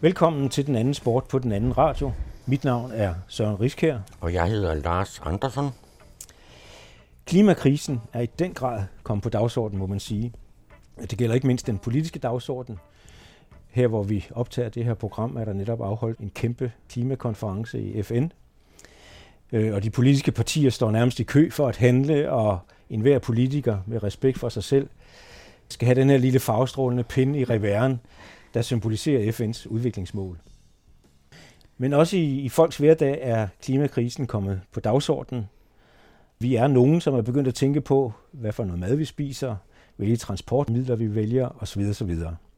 Velkommen til Den Anden Sport på Den Anden Radio. Mit navn er Søren Riskær. Og jeg hedder Lars Andersen. Klimakrisen er i den grad kommet på dagsordenen, må man sige. Det gælder ikke mindst den politiske dagsorden. Her, hvor vi optager det her program, er der netop afholdt en kæmpe klimakonference i FN. Og de politiske partier står nærmest i kø for at handle, og enhver politiker med respekt for sig selv skal have den her lille farvestrålende pinde i reværen, der symboliserer FN's udviklingsmål. Men også i folks hverdag er klimakrisen kommet på dagsordenen. Vi er nogen, som er begyndt at tænke på, hvad for noget mad vi spiser, hvilke transportmidler vi vælger osv. osv.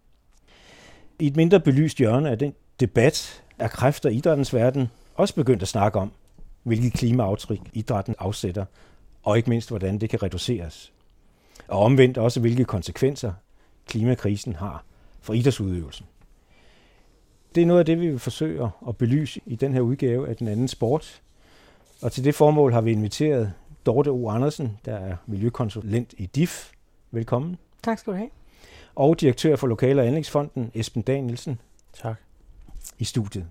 I et mindre belyst hjørne af den debat er kræfter i idrættens verden også begyndt at snakke om, hvilket klimaaftryk idrætten afsætter, og ikke mindst, hvordan det kan reduceres. Og omvendt også, hvilke konsekvenser klimakrisen har for idrætsudøvelsen. Det er noget af det, vi vil forsøge at belyse i den her udgave af Den Anden Sport. Og til det formål har vi inviteret Dorte O. Andersen, der er miljøkonsulent i DIF. Velkommen. Tak skal du have. Og direktør for Lokale- og Anlægsfonden, Esben Danielsen. Tak. I studiet.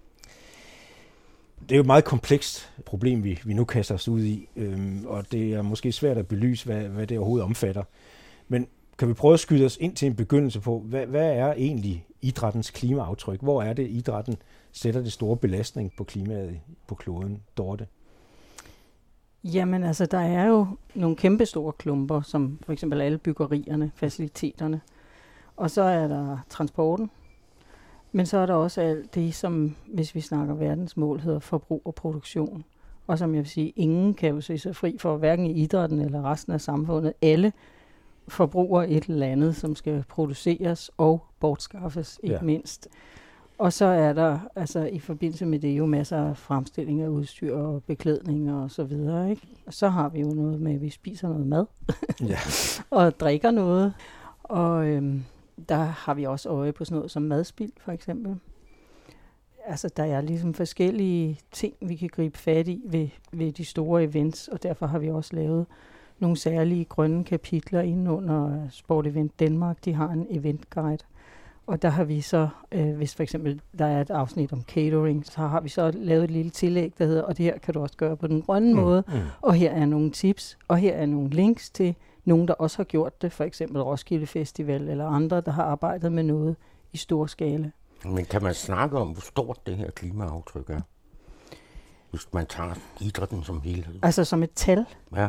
Det er jo et meget komplekst problem, vi nu kaster os ud i, og det er måske svært at belyse, hvad det overhovedet omfatter. Men kan vi prøve at skyde os ind til en begyndelse på, hvad er egentlig idrættens klimaaftryk? Hvor er det, idrætten sætter det store belastning på klimaet på kloden, Dorte? Jamen altså, der er jo nogle kæmpe store klumper, som for eksempel alle byggerierne, faciliteterne. Og så er der transporten. Men så er der også alt det, som, hvis vi snakker verdensmål, hedder forbrug og produktion. Og som jeg vil sige, ingen kan jo se sig fri for, hverken i idrætten eller resten af samfundet. Alle forbruger et eller andet, som skal produceres og bortskaffes, ikke mindst. Og så er der altså i forbindelse med det jo masser af fremstilling af udstyr og beklædning og så videre, ikke? Og så har vi jo noget med, at vi spiser noget mad og drikker noget. Og der har vi også øje på sådan noget som madspild, for eksempel. Altså, der er ligesom forskellige ting, vi kan gribe fat i ved de store events, og derfor har vi også lavet nogle særlige grønne kapitler inde under Sport Event Danmark. De har en eventguide. Og der har vi så, hvis for eksempel der er et afsnit om catering, så har vi så lavet et lille tillæg, der hedder, og det her kan du også gøre på den grønne måde. Og her er nogle tips, og her er nogle links til nogen, der også har gjort det, for eksempel Roskilde Festival eller andre, der har arbejdet med noget i stor skala. Men kan man snakke om, hvor stort det her klimaaftryk er, hvis man tager idrætten som helhed? Altså som et tal? Ja.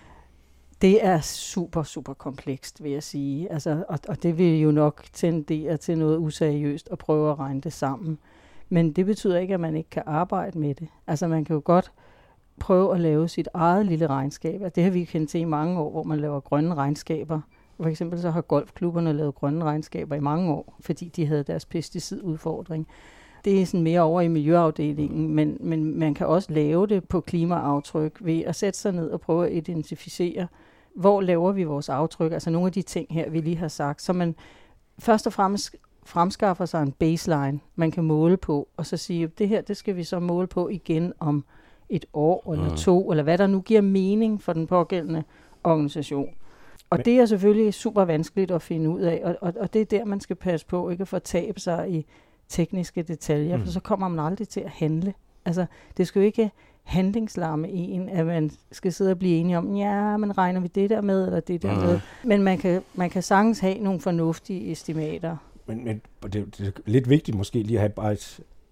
Det er super, super komplekst, vil jeg sige. Altså, og det vil jo nok tendere til noget useriøst at prøve at regne det sammen. Men det betyder ikke, at man ikke kan arbejde med det. Altså man kan jo godt prøve at lave sit eget lille regnskab. Det har vi kendt til i mange år, hvor man laver grønne regnskaber. For eksempel så har golfklubberne lavet grønne regnskaber i mange år, fordi de havde deres pesticidudfordring. Det er sådan mere over i miljøafdelingen, men man kan også lave det på klimaaftryk ved at sætte sig ned og prøve at identificere, hvor laver vi vores aftryk, altså nogle af de ting her, vi lige har sagt, så man først og fremmest fremskaffer sig en baseline, man kan måle på, og så sige, at det her, det skal vi så måle på igen om et år eller 2, eller hvad der nu giver mening for den pågældende organisation. Og det er selvfølgelig super vanskeligt at finde ud af, og det er der, man skal passe på, ikke at fortabe sig i tekniske detaljer, for så kommer man aldrig til at handle. Altså, det skal jo ikke handlingslamme en, at man skal sidde og blive enige om, ja, men regner vi det der med, eller det der med. Men man kan sagtens have nogle fornuftige estimater. Men det er lidt vigtigt måske lige at have bare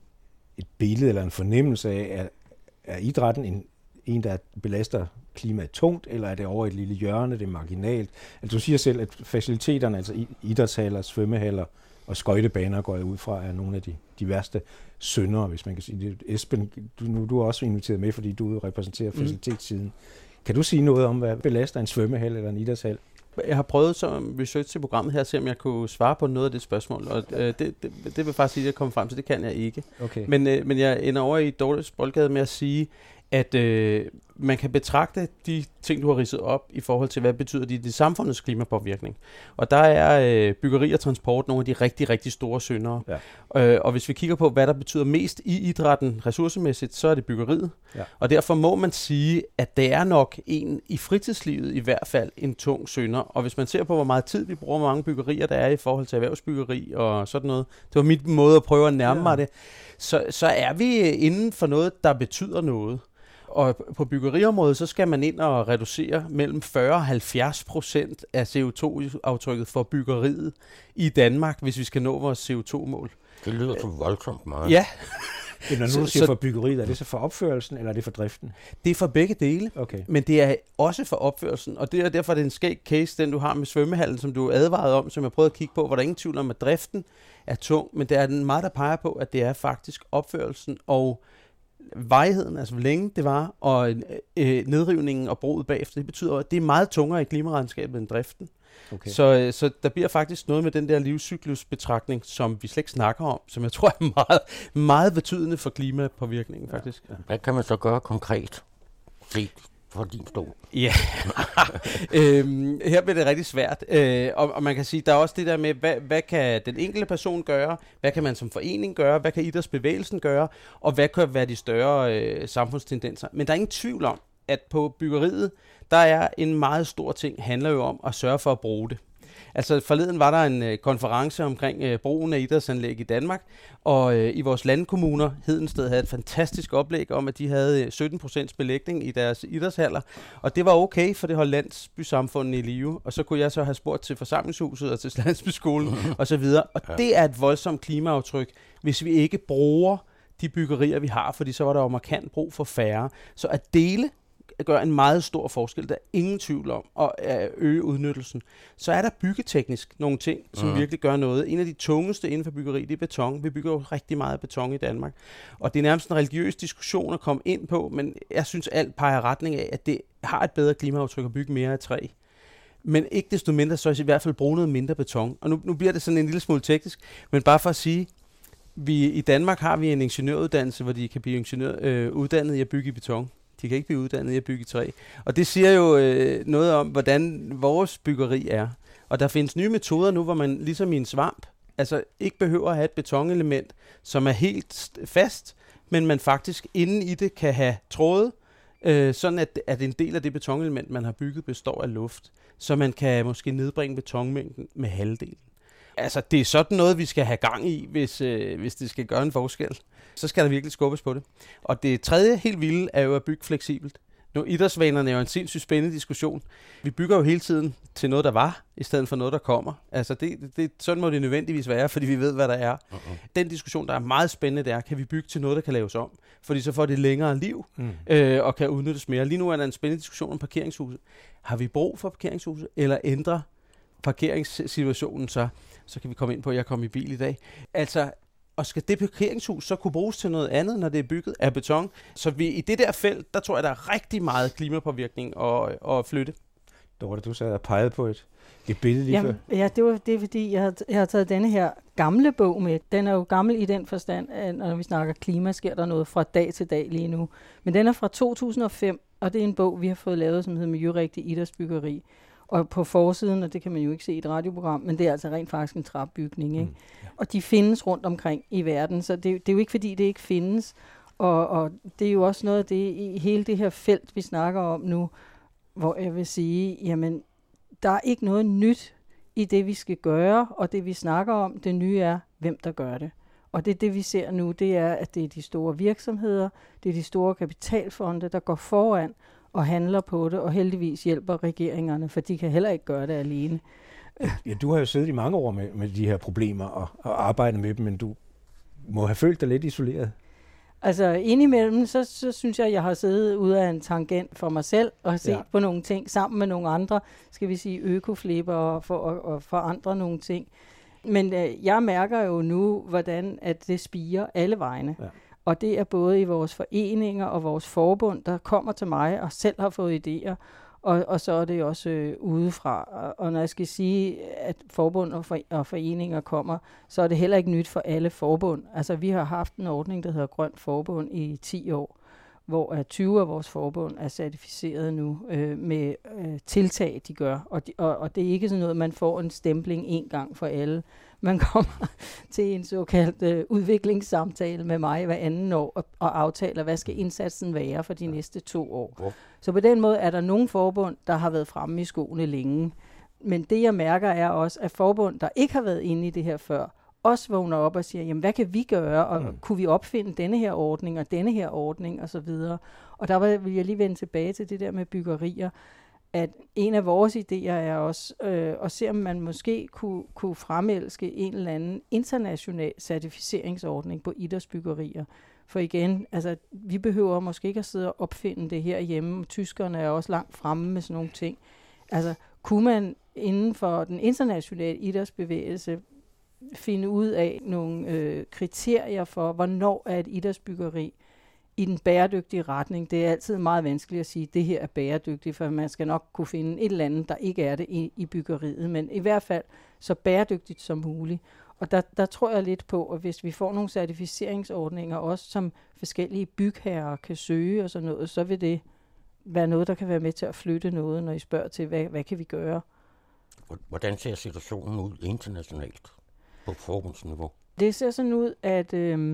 et billede eller en fornemmelse af, er idrætten en, der belaster klimaet tungt, eller er det over et lille hjørne, det er marginalt? Altså du siger selv, at faciliteterne, altså idrætshaller, svømmehaller og skøjtebaner går jeg ud fra, er nogle af de værste syndere, hvis man kan sige det. Esben, du er også inviteret med, fordi du repræsenterer facilitetssiden. Kan du sige noget om, hvad belaster en svømmehal eller en idrætshal? Jeg har prøvet som research til programmet her, at se om jeg kunne svare på noget af det spørgsmål, og det vil faktisk sige, at jeg kommer frem til, det kan jeg ikke. Okay. Men jeg ender over i Dortes Boldgade med at sige, at man kan betragte de ting, du har ridset op, i forhold til, hvad betyder det samfundets klimapåvirkning. Og der er byggeri og transport nogle af de rigtig, rigtig store syndere. Ja. Og hvis vi kigger på, hvad der betyder mest i idrætten ressourcemæssigt, så er det byggeriet. Ja. Og derfor må man sige, at det er nok en i fritidslivet i hvert fald en tung synder. Og hvis man ser på, hvor meget tid vi bruger, hvor mange byggerier der er i forhold til erhvervsbyggeri og sådan noget, det var mit måde at prøve at nærme mig det, så er vi inden for noget, der betyder noget. Og på byggeriområdet, så skal man ind og reducere mellem 40 og 70% af CO2-aftrykket for byggeriet i Danmark, hvis vi skal nå vores CO2-mål. Det lyder så voldsomt meget. Ja. Når du siger for byggeriet, er det så for opførelsen, eller er det for driften? Det er for begge dele, okay. Men det er også for opførelsen, og det er derfor, det er en skæg case, den du har med svømmehallen, som du advarede om, som jeg prøvede at kigge på, hvor der er ingen tvivl om, at driften er tung, men det er den meget, der peger på, at det er faktisk opførelsen og varigheden, altså hvor længe det var, og nedrivningen og bruget bagefter. Det betyder, at det er meget tungere i klimaregnskabet end driften. Okay. Så der bliver faktisk noget med den der livscyklusbetragtning, som vi slet ikke snakker om, som jeg tror er meget, meget betydende for klimapåvirkningen faktisk. Ja. Hvad kan man så gøre konkret? Se for din stol. Ja, her bliver det rigtig svært. Og man kan sige, der er også det der med, hvad kan den enkelte person gøre? Hvad kan man som forening gøre? Hvad kan idrætsbevægelsen gøre? Og hvad kan være de større samfundstendenser? Men der er ingen tvivl om, at på byggeriet, der er en meget stor ting, handler jo om at sørge for at bruge det. Altså forleden var der en konference omkring brugen af idrætsanlæg i Danmark, og i vores landkommuner, Hedensted havde et fantastisk oplæg om, at de havde 17% belægning i deres idrætshaller, og det var okay, for det holdt landsbysamfundene i live, og så kunne jeg så have spurgt til forsamlingshuset og til landsbyskolen og så videre, og det er et voldsomt klimaaftryk, hvis vi ikke bruger de byggerier, vi har, fordi så var der jo markant brug for færre. Så at dele gør en meget stor forskel, der er ingen tvivl om, og at øge udnyttelsen. Så er der byggeteknisk nogle ting, som virkelig gør noget. En af de tungeste inden for byggeri, det er beton. Vi bygger jo rigtig meget beton i Danmark. Og det er nærmest en religiøs diskussion at komme ind på, men jeg synes, alt peger retning af, at det har et bedre klimaaftryk at bygge mere af træ. Men ikke desto mindre, så i hvert fald bruge noget mindre beton. Og nu bliver det sådan en lille smule teknisk, men bare for at sige, i Danmark har vi en ingeniøruddannelse, hvor de kan blive uddannet i at bygge i beton. De kan ikke blive uddannet i at bygge i træ. Og det siger jo noget om, hvordan vores byggeri er. Og der findes nye metoder nu, hvor man ligesom i en svamp, altså ikke behøver at have et betonelement, som er helt fast, men man faktisk inden i det kan have tråde, sådan at en del af det betonelement, man har bygget, består af luft. Så man kan måske nedbringe betonmængden med halvdelen. Altså, det er sådan noget, vi skal have gang i, hvis det skal gøre en forskel. Så skal der virkelig skubbes på det. Og det tredje helt vilde er jo at bygge fleksibelt. Nu, idrætsvanerne er jo en sindssygt spændende diskussion. Vi bygger jo hele tiden til noget, der var, i stedet for noget, der kommer. Altså, sådan må det nødvendigvis være, fordi vi ved, hvad der er. Den diskussion, der er meget spændende, det er, kan vi bygge til noget, der kan laves om? Fordi så får det længere liv, og kan udnyttes mere. Lige nu er der en spændende diskussion om parkeringshuse. Har vi brug for parkeringshuse, eller ændrer parkeringssituationen så kan vi komme ind på, at jeg kom i bil i dag. Altså, og skal det parkeringshus så kunne bruges til noget andet, når det er bygget af beton? Så i det der felt, der tror jeg, der er rigtig meget klimapåvirkning at flytte. Dorte, du sad og pegede på et billede lige før. Ja, det er fordi, jeg har taget denne her gamle bog med. Den er jo gammel i den forstand, at når vi snakker klima, sker der noget fra dag til dag lige nu. Men den er fra 2005, og det er en bog, vi har fået lavet, som hedder Miljørigtig idrætsbyggeri. Og på forsiden, og det kan man jo ikke se i et radioprogram, men det er altså rent faktisk en træbygning, ikke? Ja. Og de findes rundt omkring i verden, så det er jo ikke fordi, det ikke findes. Og det er jo også noget af det i hele det her felt, vi snakker om nu, hvor jeg vil sige, jamen, der er ikke noget nyt i det, vi skal gøre, og det, vi snakker om, det nye er, hvem der gør det. Og det vi ser nu, det er, at det er de store virksomheder, det er de store kapitalfonde, der går foran, og handler på det, og heldigvis hjælper regeringerne, for de kan heller ikke gøre det alene. Ja, du har jo siddet i mange år med de her problemer og arbejdet med dem, men du må have følt dig lidt isoleret. Altså indimellem, så synes jeg har siddet ude af en tangent for mig selv, og set på nogle ting sammen med nogle andre, skal vi sige økoflipper, og forandre nogle ting. Men jeg mærker jo nu, hvordan at det spirer alle vegne. Ja. Og det er både i vores foreninger og vores forbund, der kommer til mig og selv har fået idéer. Og så er det også udefra. Og når jeg skal sige, at forbund og foreninger kommer, så er det heller ikke nyt for alle forbund. Altså vi har haft en ordning, der hedder Grønt Forbund i 10 år. hvor 20 af vores forbund er certificeret nu med tiltag, de gør. Og det er ikke sådan noget, man får en stempling en gang for alle. Man kommer til en såkaldt udviklingssamtale med mig hver anden år og aftaler, hvad skal indsatsen være for de næste 2 år. Så på den måde er der nogle forbund, der har været fremme i skoene længe. Men det, jeg mærker, er også, at forbund, der ikke har været inde i det her før, også vågner op og siger, jamen hvad kan vi gøre, og kunne vi opfinde denne her ordning, og denne her ordning, og så videre. Og der vil jeg lige vende tilbage til det der med byggerier, at en af vores idéer er også at se, om man måske kunne fremelske en eller anden international certificeringsordning på idrætsbyggerier. For igen, altså, vi behøver måske ikke at sidde og opfinde det her hjemme. Tyskerne er også langt fremme med sådan nogle ting. Altså, kunne man inden for den internationale idrætsbevægelse finde ud af nogle kriterier for, hvornår er et idrætsbyggeri i den bæredygtige retning. Det er altid meget vanskeligt at sige, at det her er bæredygtigt, for man skal nok kunne finde et eller andet, der ikke er det i byggeriet, men i hvert fald så bæredygtigt som muligt. Og der tror jeg lidt på, at hvis vi får nogle certificeringsordninger, også som forskellige bygherrer kan søge og sådan noget, så vil det være noget, der kan være med til at flytte noget, når I spørger til, hvad kan vi gøre? Hvordan ser situationen ud internationalt på forbundsniveau? Det ser sådan ud, at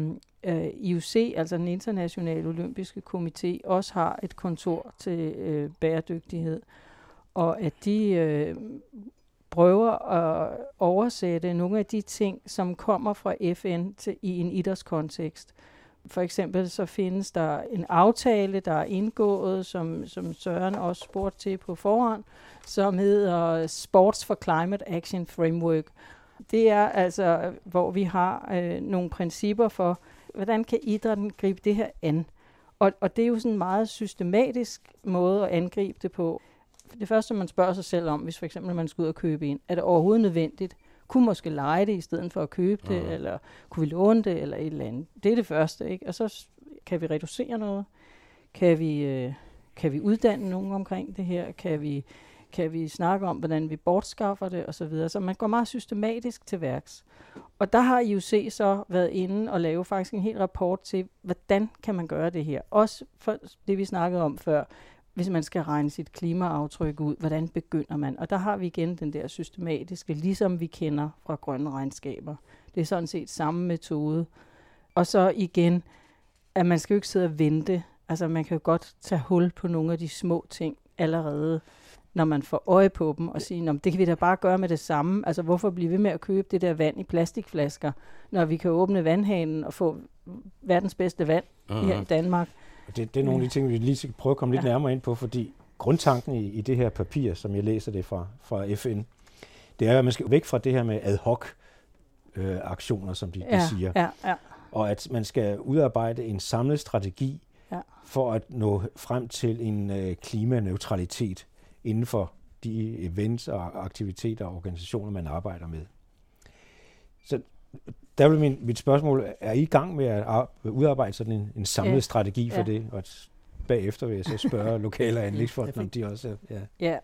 IOC, altså den internationale olympiske komité, også har et kontor til bæredygtighed, og at de prøver at oversætte nogle af de ting, som kommer fra FN i en idrætskontekst. For eksempel så findes der en aftale, der er indgået, som Søren også spurgte til på forhånd, som hedder Sports for Climate Action Framework. Det er altså, hvor vi har nogle principper for, hvordan kan idrætten gribe det her an. Og det er jo sådan en meget systematisk måde at angribe det på. Det første, man spørger sig selv om, hvis for eksempel man skal ud og købe ind, er det overhovedet nødvendigt? Kunne måske lege det i stedet for at købe det, eller kunne vi låne det, eller et eller andet. Det er det første, ikke? Og så kan vi reducere noget. Kan vi uddanne nogen omkring det her? Kan vi snakke om, hvordan vi bortskaffer det, og så videre. Så man går meget systematisk til værks. Og der har IOC så været inde og lave faktisk en hel rapport til, hvordan kan man gøre det her. Også for det, vi snakkede om før, hvis man skal regne sit klimaaftryk ud, hvordan begynder man? Og der har vi igen den der systematiske, ligesom vi kender fra grønne regnskaber. Det er sådan set samme metode. Og så igen, at man skal jo ikke sidde og vente. Altså man kan jo godt tage hul på nogle af de små ting allerede, når man får øje på dem og sige, det kan vi da bare gøre med det samme. Altså hvorfor blive ved med at købe det der vand i plastikflasker, når vi kan åbne vandhanen og få verdens bedste vand her i Danmark? Det er nogle af de ting, vi lige skal prøve at komme lidt nærmere ind på, fordi grundtanken i det her papir, som jeg læser det fra FN, det er, at man skal væk fra det her med ad hoc aktioner, som de siger. Ja. Og at man skal udarbejde en samlet strategi for at nå frem til en klimaneutralitet inden for de events og aktiviteter og organisationer, man arbejder med. Så der vil mit spørgsmål, er I gang med at udarbejde sådan en samlet strategi for det? Og bagefter vil jeg så spørge lokale anlægsfolk, om de også er... Ja,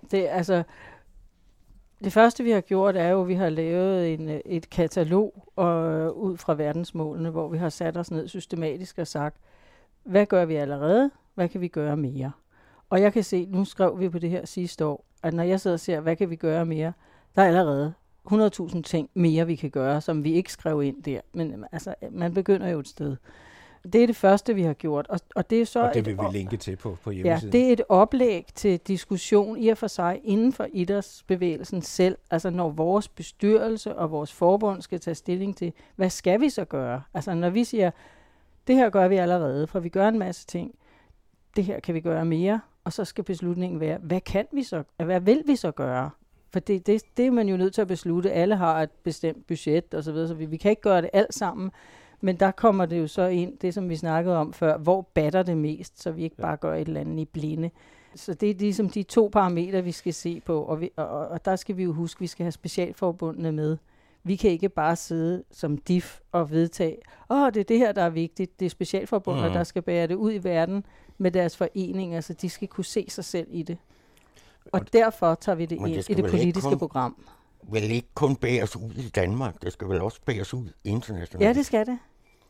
det første vi har gjort er jo, at vi har lavet et katalog ud fra verdensmålene, hvor vi har sat os ned systematisk og sagt, hvad gør vi allerede? Hvad kan vi gøre mere? Og jeg kan se, nu skrev vi på det her sidste år, at når jeg sidder og ser, hvad kan vi gøre mere, der er allerede 100.000 ting mere, vi kan gøre, som vi ikke skrev ind der. Men altså, man begynder jo et sted. Det er det første, vi har gjort. Og det er så og det vil vi linke til på hjemmesiden. Ja, det er et oplæg til diskussion i og for sig inden for idrætsbevægelsen selv. Altså når vores bestyrelse og vores forbund skal tage stilling til, hvad skal vi så gøre? Altså når vi siger, det her gør vi allerede, for vi gør en masse ting. Det her kan vi gøre mere, og så skal beslutningen være, hvad vil vi så gøre? For det er man jo nødt til at beslutte. Alle har et bestemt budget og så videre, så vi kan ikke gøre det alt sammen. Men der kommer det jo så ind, det som vi snakkede om før, hvor batter det mest, så vi ikke bare gør et eller andet i blinde. Så det er ligesom de 2 parametre, vi skal se på, og der skal vi jo huske, at vi skal have specialforbundene med. Vi kan ikke bare sidde som DIF og vedtage, det er det her, der er vigtigt. Det er specialforbundene, der skal bære det ud i verden med deres foreninger, så de skal kunne se sig selv i det. Og derfor tager vi det ind i det politiske program. Vel ikke kun bæres ud i Danmark, det skal vel også bæres ud internationalt? Ja, det skal det.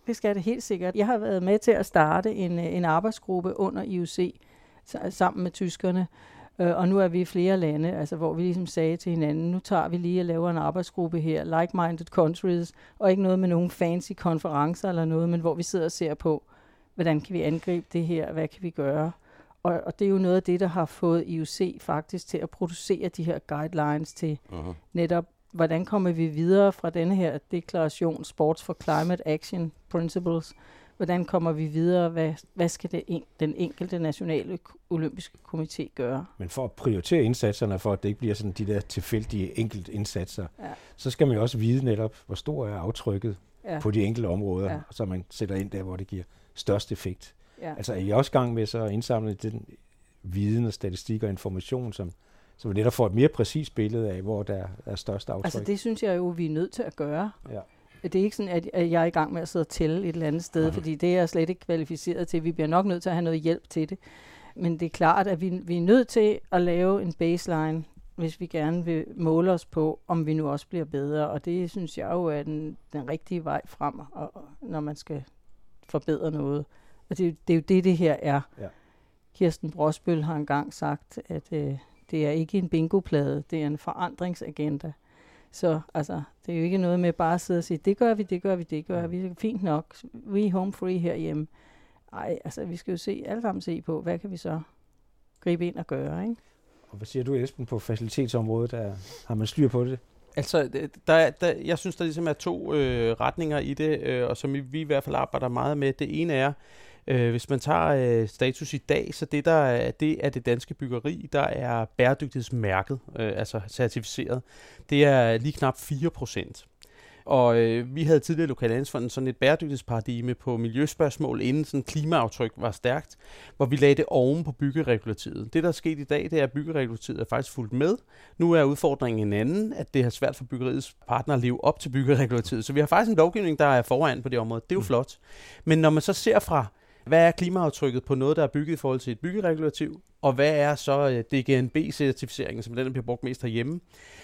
Faktisk er det helt sikkert. Jeg har været med til at starte en arbejdsgruppe under IOC sammen med tyskerne, og nu er vi i flere lande, altså hvor vi ligesom sagde til hinanden, nu tager vi lige og laver en arbejdsgruppe her, like-minded countries, og ikke noget med nogle fancy konferencer eller noget, men hvor vi sidder og ser på, hvordan kan vi angribe det her, hvad kan vi gøre? Og det er jo noget af det, der har fået IOC faktisk til at producere de her guidelines til netop, hvordan kommer vi videre fra denne her deklaration, Sports for Climate Action Principles, hvordan kommer vi videre, hvad skal den enkelte nationale olympiske komité gøre? Men for at prioritere indsatserne, for at det ikke bliver sådan de der tilfældige enkelte indsatser, så skal man jo også vide netop, hvor stor er aftrykket på de enkelte områder, så man sætter ind der, hvor det giver størst effekt. Ja. Altså er I også gang med så at indsamle den viden og statistik og information, så vi netop får et mere præcist billede af, hvor der er størst aftryk? Altså det synes jeg jo, vi er nødt til at gøre. Ja. Det er ikke sådan, at jeg er i gang med at sidde og tælle et eller andet sted, fordi det er jeg slet ikke kvalificeret til. Vi bliver nok nødt til at have noget hjælp til det. Men det er klart, at vi er nødt til at lave en baseline, hvis vi gerne vil måle os på, om vi nu også bliver bedre. Og det synes jeg jo er den rigtige vej frem, når man skal forbedre noget. Og det er jo det her er. Ja. Kirsten Brosbøl har engang sagt, at det er ikke en bingoplade, det er en forandringsagenda. Så altså, det er jo ikke noget med bare at sidde og sige, det gør vi, det gør vi, fint nok, we er home free herhjemme. Ej, altså vi skal jo alle sammen se på, hvad kan vi så gribe ind og gøre, ikke? Og hvad siger du, Esben, på facilitetsområdet? Har man styr på det? Altså, jeg synes, der ligesom er to retninger i det, og som vi i hvert fald arbejder meget med. Det ene er, hvis man tager status i dag, så det er det danske byggeri, der er bæredygtighedsmærket, altså certificeret. Det er lige knap 4%. Og vi havde tidligere i Lokallandsfonden sådan et bæredygtighedsparadigme på miljøspørgsmål, inden sådan klimaaftryk var stærkt, hvor vi lagde det oven på byggeregulativet. Det, der er sket i dag, det er, at byggeregulativet er faktisk fulgt med. Nu er udfordringen en anden, at det har svært for byggeriets partner at leve op til byggeregulativet. Så vi har faktisk en lovgivning, der er foran på det område. Det er jo flot. Men når man så ser fra, hvad er klimaaftrykket på noget, der er bygget i forhold til et byggeregulativ, og hvad er så DGNB-certificeringen, som den bliver brugt mest herhjemme,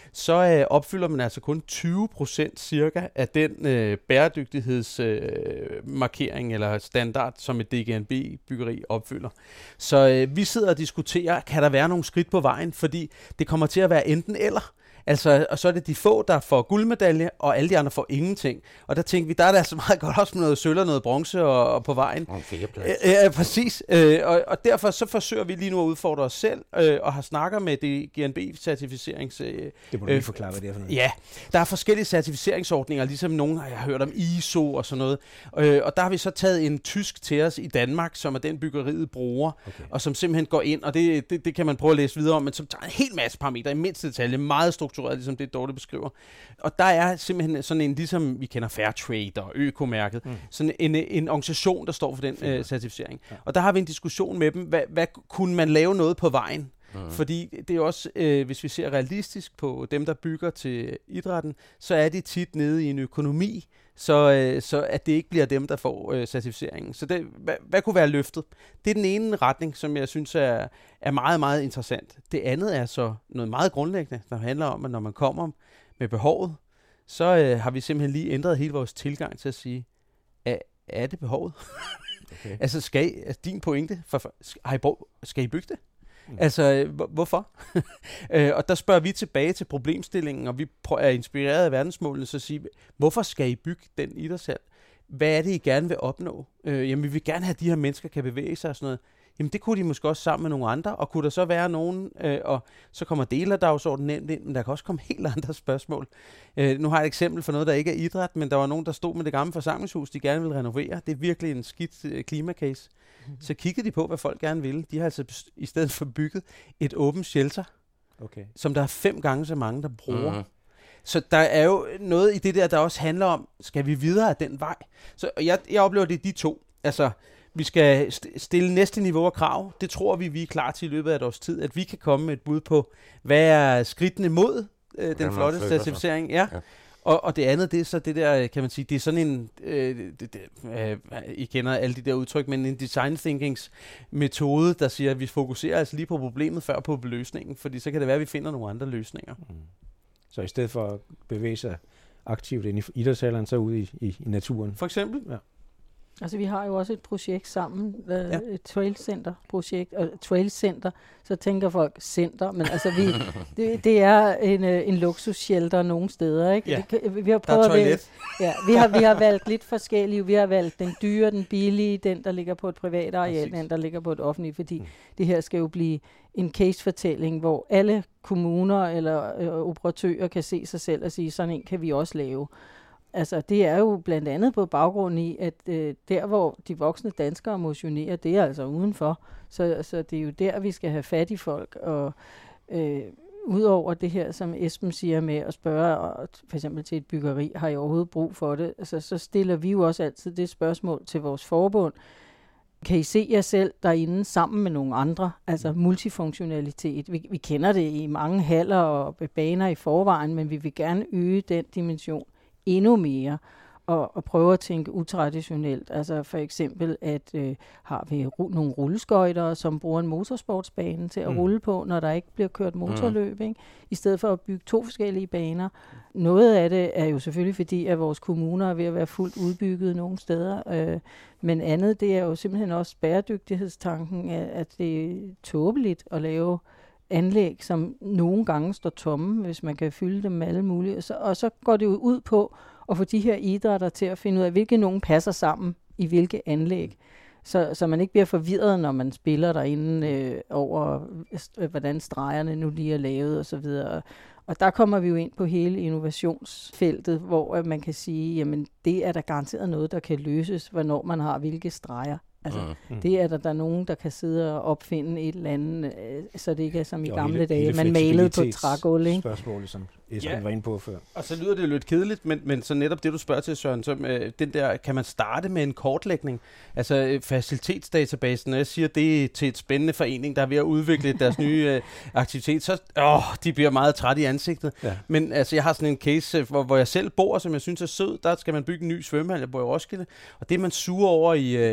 så opfylder man altså kun 20% cirka af den bæredygtighedsmarkering eller standard, som et DGNB-byggeri opfylder. Så vi sidder og diskuterer, kan der være nogle skridt på vejen, fordi det kommer til at være enten eller. Altså, og så er det de få, der får guldmedalje, og alle de andre får ingenting. Og der tænker vi, der er det altså meget godt også med noget sølv og noget bronze og på vejen. Og en fjerdeplads. Præcis. Og derfor så forsøger vi lige nu at udfordre os selv, og har snakker med det GNB-certificerings... Det må du lige forklare, hvad det er for noget. Ja, der er forskellige certificeringsordninger, ligesom nogle, jeg har hørt om ISO og sådan noget. Og der har vi så taget en tysk til os i Danmark, som er den byggeriet bruger, og som simpelthen går ind, og det kan man prøve at læse videre om, men som tager en hel masse parametre i mindste detalje, meget struktureret, ligesom det dårligt beskriver. Og der er simpelthen sådan en, ligesom vi kender Fairtrade og Økomærket, sådan en organisation, der står for den certificering. Ja. Og der har vi en diskussion med dem, hvad kunne man lave noget på vejen? Fordi det er også, hvis vi ser realistisk på dem, der bygger til idrætten, så er de tit nede i en økonomi, så at det ikke bliver dem, der får certificeringen. Så hvad kunne være løftet? Det er den ene retning, som jeg synes er meget, meget interessant. Det andet er så noget meget grundlæggende, der handler om, at når man kommer med behovet, så har vi simpelthen lige ændret hele vores tilgang til at sige, er det behovet? Okay. Altså din pointe, skal I bygge det? Altså, hvorfor? Og der spørger vi tilbage til problemstillingen, og vi er inspireret af verdensmålene, så siger hvorfor skal I bygge den idrætshal? Hvad er det, I gerne vil opnå? Jamen, vi vil gerne have, at de her mennesker kan bevæge sig og sådan noget. Jamen, det kunne de måske også sammen med nogle andre, og kunne der så være nogen, og så kommer dele af dagsordenen ind, men der kan også komme helt andre spørgsmål. Nu har jeg et eksempel for noget, der ikke er idræt, men der var nogen, der stod med det gamle forsamlingshus, de gerne ville renovere. Det er virkelig en skidt klimakase. Så kiggede de på, hvad folk gerne ville. De har altså i stedet for bygget et åbent shelter, som der er 5 gange så mange, der bruger. Så der er jo noget i det der også handler om, skal vi videre af den vej? Så jeg oplever det de to. Altså, vi skal stille næste niveau af krav. Det tror vi er klar til i løbet af et års tid, at vi kan komme med et bud på, hvad er skridtene mod den flotte certificering. Ja. Og det andet, det er så det der, kan man sige, det er sådan en, I kender alle de der udtryk, men en design thinkings metode, der siger, at vi fokuserer altså lige på problemet før på løsningen, fordi så kan det være, at vi finder nogle andre løsninger. Så i stedet for at bevæge sig aktivt ind i idrætshallerne, så ud i naturen? For eksempel. Ja. Altså vi har jo også et projekt sammen, et trailcenter-projekt, og trailcenter, så tænker folk center, men altså det er en luksusshelter nogle steder, ikke? Ja. Vi har prøvet vi har valgt lidt forskellige. Vi har valgt den dyre, den billige, den der ligger på et privat areal, den der ligger på et offentligt, fordi det her skal jo blive en case-fortælling, hvor alle kommuner eller operatører kan se sig selv og sige, sådan en kan vi også lave. Altså, det er jo blandt andet på baggrund i, at der, hvor de voksne danskere motionerer, det er altså udenfor. Så det er jo der, vi skal have fat i folk. Og udover det her, som Esben siger med at spørge, for eksempel til et byggeri, har I overhovedet brug for det? Altså, så stiller vi jo også altid det spørgsmål til vores forbund. Kan I se jer selv derinde sammen med nogle andre? Altså multifunktionalitet. Vi kender det i mange haller og baner i forvejen, men vi vil gerne øge den dimension endnu mere og prøve at tænke utraditionelt. Altså for eksempel, at har vi nogle rulleskøjter, som bruger en motorsportsbane til at rulle på, når der ikke bliver kørt motorløb, ikke? I stedet for at bygge 2 forskellige baner. Noget af det er jo selvfølgelig fordi, at vores kommuner er ved at være fuldt udbygget nogle steder, men andet, det er jo simpelthen også bæredygtighedstanken, at det er tåbeligt at lave anlæg, som nogle gange står tomme, hvis man kan fylde dem med alle mulige. Og så går det jo ud på at få de her idrætter til at finde ud af, hvilke nogen passer sammen i hvilke anlæg. Så man ikke bliver forvirret, når man spiller derinde over, hvordan stregerne nu lige er lavet osv. Og der kommer vi jo ind på hele innovationsfeltet, hvor man kan sige, jamen det er der garanteret noget, der kan løses, hvornår man har hvilke streger. Altså, det er der nogen, der kan sidde og opfinde et eller andet, så det ikke er som i gamle dage, man malede på trægulv, ikke? Spørgsmålet, som Esben var inde på før. Og så lyder det jo lidt kedeligt, men så netop det, du spørger til, Søren, så den der, kan man starte med en kortlægning? Altså facilitetsdatabasen, når jeg siger det til et spændende forening, der er ved at udvikle deres nye aktivitet, så de bliver meget trætte i ansigtet. Ja. Men altså, jeg har sådan en case, hvor jeg selv bor, som jeg synes er sød, der skal man bygge en ny svømmehal, jeg bor i Roskilde, og det er man suger over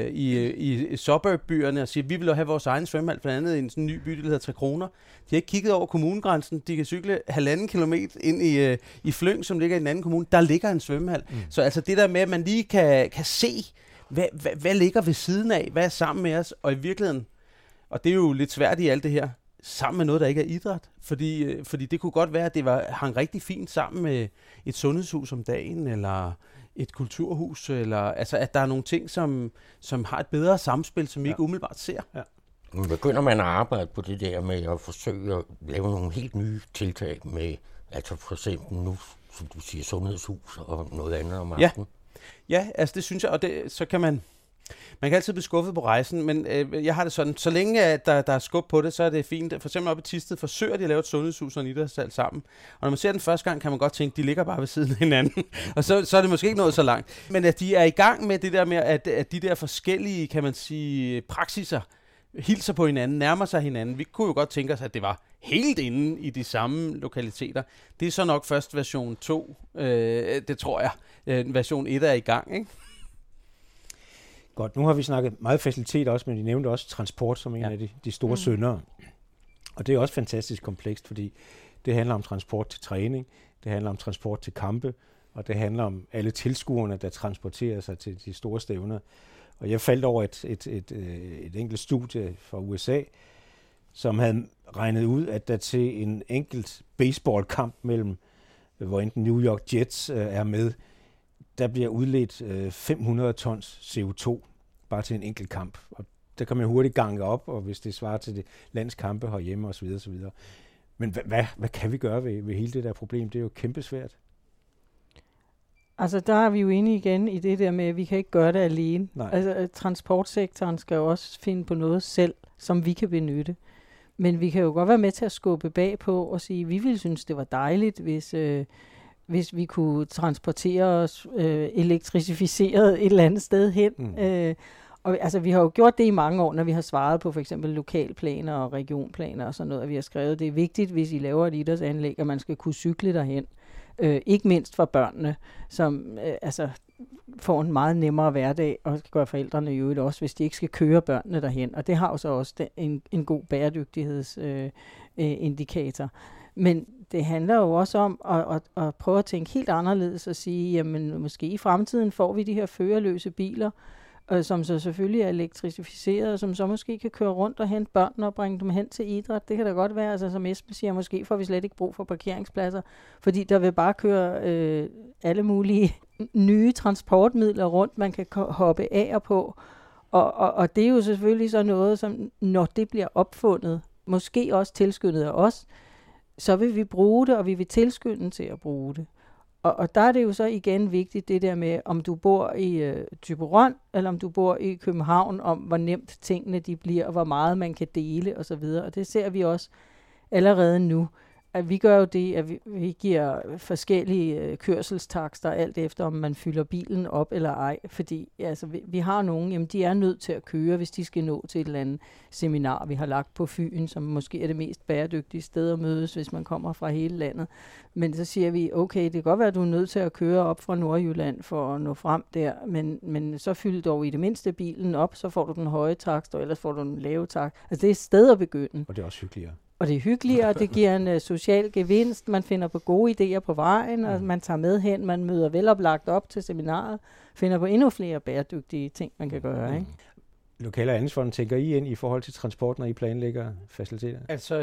i suburb-byerne og siger, vi vil jo have vores egen svømmehal, blandt andet i en sådan ny by, der hedder 3 kroner. De har ikke kigget over kommunegrænsen. De kan cykle 1,5 kilometer ind i Flyng, som ligger i en anden kommune. Der ligger en svømmehal. Så altså det der med, at man lige kan se, hvad ligger ved siden af, hvad er sammen med os, og i virkeligheden, og det er jo lidt svært i alt det her, sammen med noget, der ikke er idræt. Fordi det kunne godt være, at det hang rigtig fint sammen med et sundhedshus om dagen, eller et kulturhus, eller altså at der er nogle ting, som har et bedre samspil, som vi ikke umiddelbart ser. Ja. Nu begynder man at arbejde på det der med at forsøge at lave nogle helt nye tiltag med, altså for eksempel nu, som du siger, sundhedshus og noget andet om aftenen. Ja, altså det synes jeg, og så kan man kan altid blive skuffet på rejsen, men jeg har det sådan, så længe at der er skub på det, så er det fint. For eksempel oppe i Thisted forsøger de at lave et sundhedshus og en idrætshal sammen. Og når man ser den første gang, kan man godt tænke, de ligger bare ved siden af hinanden. Og så er det måske ikke nået så langt. Men at de er i gang med det der med, at de der forskellige, kan man sige, praksiser hilser på hinanden, nærmer sig hinanden. Vi kunne jo godt tænke os, at det var helt inde i de samme lokaliteter. Det er så nok først version 2, det tror jeg. Version 1 er i gang, ikke? Godt, nu har vi snakket meget facilitet også, men I nævnte også transport som en af de store syndere. Og det er også fantastisk komplekst, fordi det handler om transport til træning, det handler om transport til kampe, og det handler om alle tilskuerne, der transporterer sig til de store stævner. Og jeg faldt over et enkelt studie fra USA, som havde regnet ud, at der til en enkelt baseballkamp mellem, hvor enten New York Jets er med, der bliver udledt 500 tons CO2 bare til en enkelt kamp. Og der kan man hurtigt gange op, og hvis det svarer til det landskampe herhjemme osv. osv. Men hvad kan vi gøre ved hele det der problem? Det er jo kæmpesvært. Altså der er vi jo inde igen i det der med, at vi kan ikke gøre det alene. Nej. Altså transportsektoren skal jo også finde på noget selv, som vi kan benytte. Men vi kan jo godt være med til at skubbe bagpå og sige, at vi ville synes, det var dejligt, hvis vi kunne transportere os elektrificeret et eller andet sted hen. Og altså, vi har jo gjort det i mange år, når vi har svaret på for eksempel lokalplaner og regionplaner og sådan noget, og vi har skrevet, det er vigtigt, hvis I laver et idrætsanlæg, at man skal kunne cykle derhen. Ikke mindst for børnene, som får en meget nemmere hverdag, og det gør forældrene jo også, hvis de ikke skal køre børnene derhen. Og det har jo så også en god bæredygtighedsindikator. Men det handler jo også om at prøve at tænke helt anderledes og sige, jamen måske i fremtiden får vi de her førerløse biler, som så selvfølgelig er elektrificeret, og som så måske kan køre rundt og hente børnene og bringe dem hen til idræt. Det kan da godt være, altså som Esben siger, måske får vi slet ikke brug for parkeringspladser, fordi der vil bare køre alle mulige nye transportmidler rundt, man kan hoppe af og på. Og det er jo selvfølgelig så noget, som når det bliver opfundet, måske også tilskyndet af os, så vil vi bruge det, og vi vil tilskynde til at bruge det. Og der er det jo så igen vigtigt, det der med, om du bor i Thyborøn, eller om du bor i København, om hvor nemt tingene de bliver, og hvor meget man kan dele osv. Og det ser vi også allerede nu. At vi gør jo det, at vi giver forskellige kørselstakster, alt efter om man fylder bilen op eller ej. Fordi altså, vi har nogen, jamen de er nødt til at køre, hvis de skal nå til et eller andet seminar, vi har lagt på Fyn, som måske er det mest bæredygtige sted at mødes, hvis man kommer fra hele landet. Men så siger vi, okay, det kan godt være, at du er nødt til at køre op fra Nordjylland for at nå frem der, men så fyld dog i det mindste bilen op, så får du den høje takst, og ellers får du den lave takst. Altså det er et sted at begynde. Og det er også hyggeligere. Og det er hyggeligere, det giver en social gevinst, man finder på gode idéer på vejen, og man tager med hen, man møder veloplagt op til seminaret, finder på endnu flere bæredygtige ting, man kan gøre, ikke? Lokale Andelsfonden, tænker I ind i forhold til transport, når I planlægger faciliteter? Altså,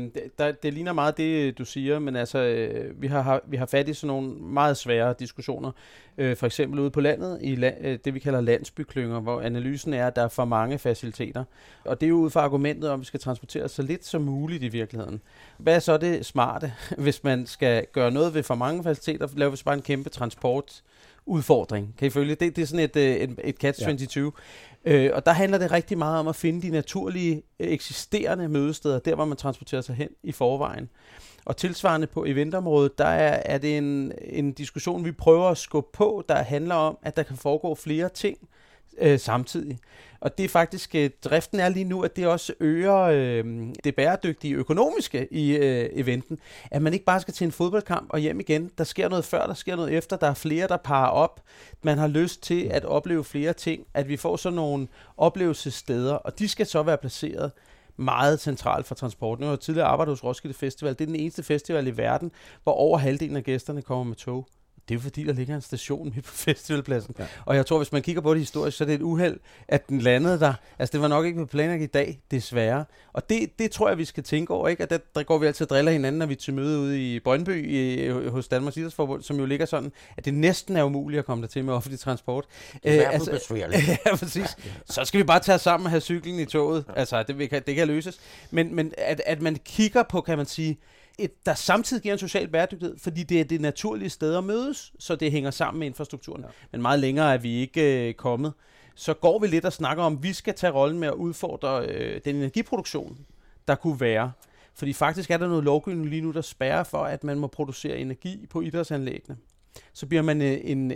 det ligner meget det, du siger, men altså, vi har fat i sådan nogle meget svære diskussioner. For eksempel ude på landet, i det vi kalder landsbyklynger, hvor analysen er, at der er for mange faciliteter. Og det er jo ud fra argumentet om, at vi skal transportere så lidt som muligt i virkeligheden. Hvad er så det smarte, hvis man skal gøre noget ved for mange faciliteter? Laver vi så bare en kæmpe transportudfordring. Kan I følge? Det er sådan et catch-22. Ja. Og der handler det rigtig meget om at finde de naturlige eksisterende mødesteder, der hvor man transporterer sig hen i forvejen. Og tilsvarende på eventområdet, der er det en diskussion, vi prøver at skubbe på, der handler om, at der kan foregå flere ting samtidig. Og det er faktisk, driften er lige nu, at det også øger det bæredygtige økonomiske i eventen. At man ikke bare skal til en fodboldkamp og hjem igen. Der sker noget før, der sker noget efter. Der er flere, der parer op. Man har lyst til at opleve flere ting. At vi får sådan nogle oplevelsessteder, og de skal så være placeret meget centralt for transporten. Jeg har tidligere arbejdet hos Roskilde Festival. Det er den eneste festival i verden, hvor over halvdelen af gæsterne kommer med tog. Det er jo fordi, der ligger en station midt på festivalpladsen. Ja. Og jeg tror, hvis man kigger på det historisk, så er det et uheld, at den landede der. Altså, det var nok ikke på planlagt i dag, desværre. Og det tror jeg, vi skal tænke over, ikke? At der går vi altid og driller hinanden, når vi er til møde ude i Brøndby hos Danmarks Idrætsforbund, som jo ligger sådan, at det næsten er umuligt at komme der til med offentlig transport. Det er besværligt. Ja, præcis. Ja. Så skal vi bare tage sammen og have cyklen i toget. Ja. Altså, det kan løses. Men at man kigger på, kan man sige, der samtidig giver en social bæredygtighed, fordi det er det naturlige sted at mødes, så det hænger sammen med infrastrukturen. Ja. Men meget længere er vi ikke kommet. Så går vi lidt og snakker om, at vi skal tage rollen med at udfordre den energiproduktion, der kunne være. Fordi faktisk er der noget lovgivning lige nu, der spærrer for, at man må producere energi på idrætsanlæggene. Så bliver man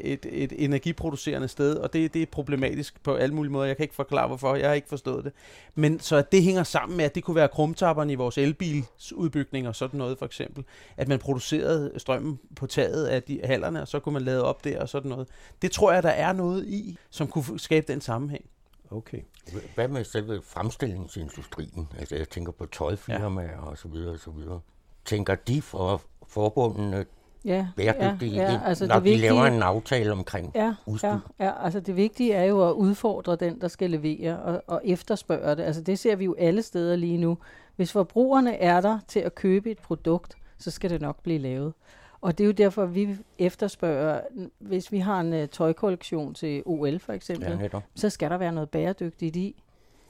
et energiproducerende sted, og det er problematisk på alle mulige måder. Jeg kan ikke forklare, hvorfor. Jeg har ikke forstået det. Men så at det hænger sammen med, at det kunne være krumtapperne i vores elbilsudbygning og sådan noget, for eksempel. At man producerede strømmen på taget af de hallerne, og så kunne man lade op der og sådan noget. Det tror jeg, der er noget i, som kunne skabe den sammenhæng. Okay. Hvad med selve fremstillingsindustrien? Altså jeg tænker på tøjfirmaer og så videre og så videre. Tænker de for forbundene bæredygtige, altså når de laver en aftale omkring udstyr? Ja, altså det vigtige er jo at udfordre den, der skal levere og efterspørge det. Altså det ser vi jo alle steder lige nu. Hvis forbrugerne er der til at købe et produkt, så skal det nok blive lavet. Og det er jo derfor, vi efterspørger, hvis vi har en tøjkollektion til OL for eksempel, så skal der være noget bæredygtigt i.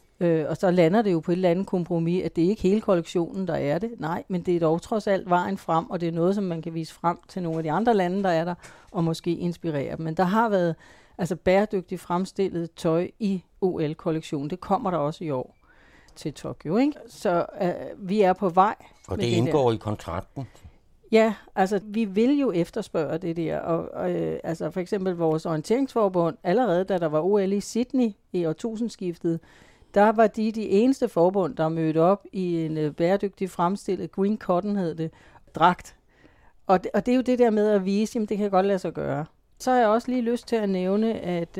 Og så lander det jo på et eller andet kompromis, at det ikke hele kollektionen, der er det. Nej, men det er dog trods alt vejen frem, og det er noget, som man kan vise frem til nogle af de andre lande, der er der, og måske inspirere dem. Men der har været bæredygtigt fremstillet tøj i OL-kollektionen. Det kommer der også i år til Tokyo, ikke? Så vi er på vej. Og det indgår i kontrakten? Ja, altså vi vil jo efterspørge det der, og altså for eksempel vores orienteringsforbund, allerede da der var OL i Sydney i årtusindskiftet, der var de eneste forbund, der mødte op i en bæredygtig fremstillet, green cotton hed det, dragt. Og det er jo det der med at vise, jamen det kan godt lade sig gøre. Så har jeg også lige lyst til at nævne, at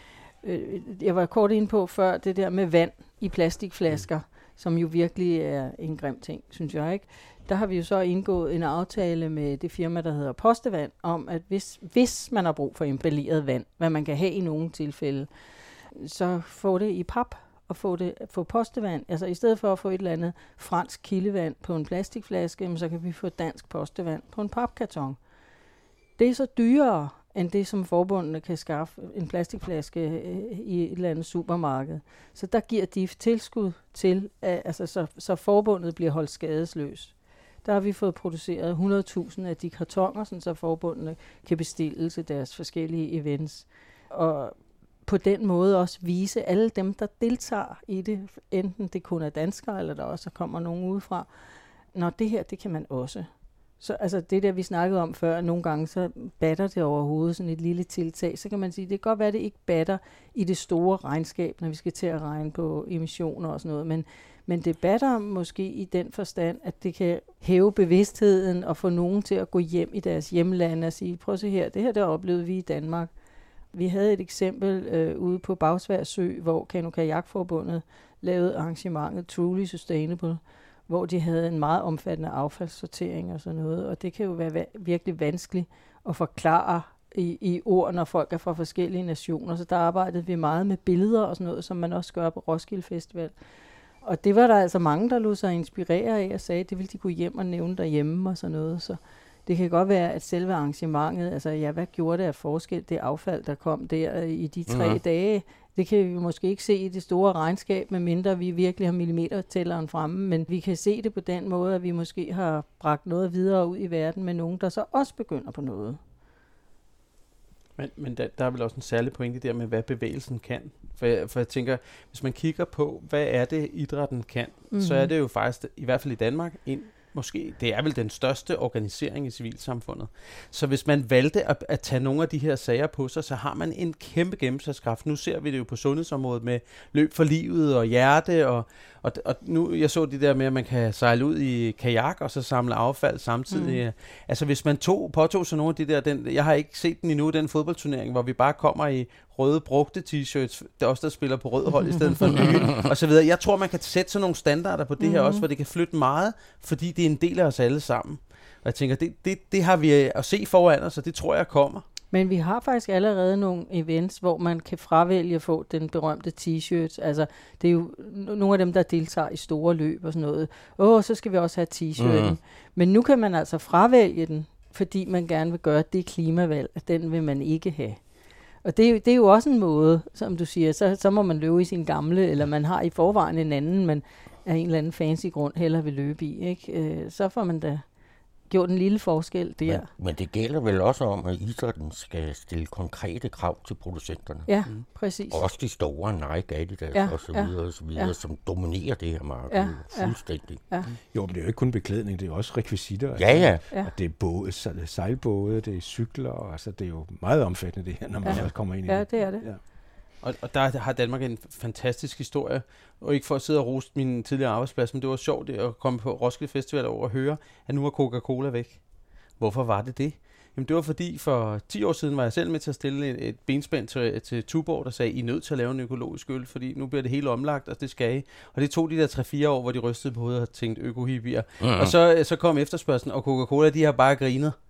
jeg var kort inde på før, det der med vand i plastikflasker, som jo virkelig er en grim ting, synes jeg, ikke? Der har vi jo så indgået en aftale med det firma, der hedder Postevand, om at hvis man har brug for emballeret vand, hvad man kan have i nogle tilfælde, så få det i pap og få postevand. Altså i stedet for at få et eller andet fransk kildevand på en plastikflaske, så kan vi få dansk postevand på en papkarton. Det er så dyrere end det, som forbundene kan skaffe en plastikflaske i et eller andet supermarked. Så der giver de tilskud til, så forbundet bliver holdt skadesløs. Der har vi fået produceret 100.000 af de kartoner, så forbundene kan bestille til deres forskellige events. Og på den måde også vise alle dem, der deltager i det, enten det kun er danskere, eller der også kommer nogen udefra. Når det her, det kan man også. Så altså det der, vi snakkede om før, nogle gange så batter det overhovedet sådan et lille tiltag. Så kan man sige, det kan godt være, at det ikke batter i det store regnskab, når vi skal til at regne på emissioner og sådan noget. Men det batter måske i den forstand, at det kan hæve bevidstheden og få nogen til at gå hjem i deres hjemlande og sige, prøv at se her, det her der oplevede vi i Danmark. Vi havde et eksempel ude på Bagsværd Sø, hvor Kano-Kajak-forbundet lavede arrangementet Truly Sustainable, hvor de havde en meget omfattende affaldssortering og sådan noget. Og det kan jo være virkelig vanskeligt at forklare i ord, når folk er fra forskellige nationer. Så der arbejdede vi meget med billeder og sådan noget, som man også gør på Roskilde Festival. Og det var der altså mange, der lod sig inspirere af og sagde, at det ville de gå hjem og nævne derhjemme og sådan noget. Så det kan godt være, at selve arrangementet, altså ja, hvad gjorde det af forskel, det affald, der kom der i de 3 dage, det kan vi måske ikke se i det store regnskab, medmindre vi virkelig har millimetertælleren fremme, men vi kan se det på den måde, at vi måske har bragt noget videre ud i verden med nogen, der så også begynder på noget. Men der er vel også en særlig pointe der med, hvad bevægelsen kan. For jeg tænker, hvis man kigger på, hvad er det, idrætten kan, så er det jo faktisk, i hvert fald i Danmark, måske, det er vel den største organisering i civilsamfundet. Så hvis man valgte at tage nogle af de her sager på sig, så har man en kæmpe gennemslagskraft. Nu ser vi det jo på sundhedsområdet med løb for livet og hjerte, og nu, jeg så det der med, at man kan sejle ud i kajak og så samle affald samtidig. Altså hvis man påtog sig nogle af de der, jeg har ikke set den endnu, den fodboldturnering, hvor vi bare kommer i røde brugte t-shirts, der også der spiller på rød hold i stedet for nye, og så videre. Jeg tror, man kan sætte sådan nogle standarder på det her også, hvor det kan flytte meget, fordi det er en del af os alle sammen. Og jeg tænker, det har vi at se foran os, og det tror jeg kommer. Men vi har faktisk allerede nogle events, hvor man kan fravælge at få den berømte t-shirt. Altså, det er jo nogle af dem, der deltager i store løb og sådan noget. Så skal vi også have t-shirten. Men nu kan man altså fravælge den, fordi man gerne vil gøre det klimavalg, at den vil man ikke have. Og det er jo også en måde, som du siger, så må man løbe i sin gamle, eller man har i forvejen en anden, men af en eller anden fancy grund hellere vil løbe i. Ikke? Så får man da gjort en lille forskel der. Men det gælder vel også om, at idrætten skal stille konkrete krav til producenterne. Ja, præcis. Også de store, Nike, Adidas og så videre, som dominerer det her marked fuldstændig. Ja. Jo, men det er jo ikke kun beklædning, det er også rekvisitter. Ja. Og det er både, sejlbåde, det er cykler, og altså det er jo meget omfattende det her, når man også kommer ind i det. Ja, det er det. Ja. Og der har Danmark en fantastisk historie, og ikke for at sidde og roste min tidligere arbejdsplads, men det var sjovt at komme på Roskilde Festival over og høre, at nu er Coca-Cola væk. Hvorfor var det det? Jamen det var fordi, for 10 år siden var jeg selv med til at stille et benspænd til Tuborg, der sagde, I er nødt til at lave en økologisk øl, fordi nu bliver det hele omlagt, og det skal I. Og det tog de der 3-4 år, hvor de rystede på hovedet og tænkte økohippier. Og så kom efterspørgslen, og Coca-Cola, de har bare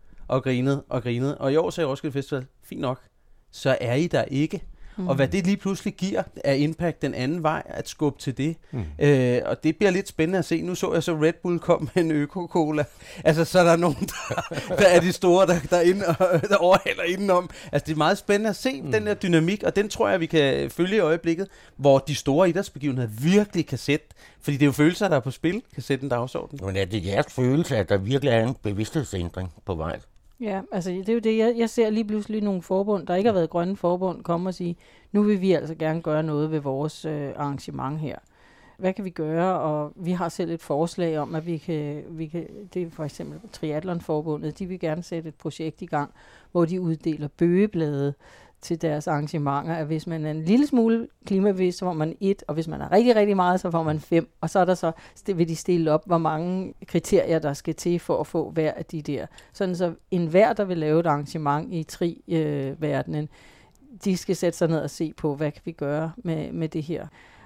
grinet. Og i år sagde Roskilde Festival, fint nok, så er I der ikke. Og hvad det lige pludselig giver af impact den anden vej, at skubbe til det. Og det bliver lidt spændende at se. Nu så jeg så Red Bull kom med en øko-cola. Altså, så er der nogen, der er de store, der overhælder indenom. Altså, det er meget spændende at se den der dynamik, og den tror jeg, vi kan følge i øjeblikket, hvor de store idrætsbegivenheder virkelig kan sætte, fordi det er jo følelser, der er på spil, kan sætte en dagsorden. Men er det jeres følelse, at der virkelig er en bevidsthedsændring på vej? Ja, altså det er jo det, jeg ser lige pludselig nogle forbund, der ikke har været grønne forbund, komme og sige, nu vil vi altså gerne gøre noget ved vores arrangement her. Hvad kan vi gøre? Og vi har selv et forslag om, at vi kan det er for eksempel Triathlon-forbundet, de vil gerne sætte et projekt i gang, hvor de uddeler bøgeblade til deres arrangementer, at hvis man er en lille smule klimabevidst, så får man 1, og hvis man er rigtig, rigtig meget, så får man 5, og så er der så, vil de stille op, hvor mange kriterier, der skal til for at få hver af de der. Sådan så enhver, der vil lave et arrangement i tri-verdenen, de skal sætte sig ned og se på, hvad kan vi gøre med det her.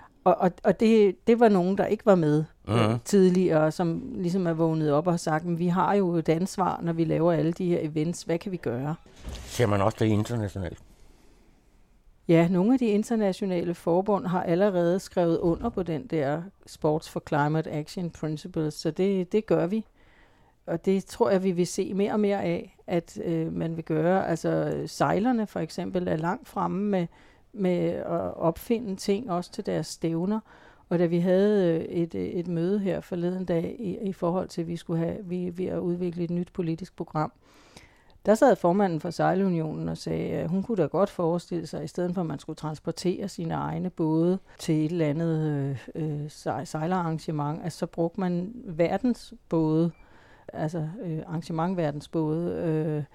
Og det var nogen, der ikke var med tidligere, som ligesom er vågnet op og har sagt, men vi har jo et ansvar, når vi laver alle de her events. Hvad kan vi gøre? Ser man også det internationalt? Ja, nogle af de internationale forbund har allerede skrevet under på den der Sports for Climate Action Principles, så det gør vi. Og det tror jeg, vi vil se mere og mere af, at man vil gøre. Altså sejlerne for eksempel er langt fremme med at opfinde ting også til deres stævner. Og da vi havde et møde her forleden dag i forhold til, at vi skulle have ved at udvikle et nyt politisk program, der sad formanden for Sejlunionen og sagde, at hun kunne da godt forestille sig, at i stedet for at man skulle transportere sine egne både til et eller andet sejlerarrangement, at så brugte man verdensbåde, altså arrangementverdensbåde.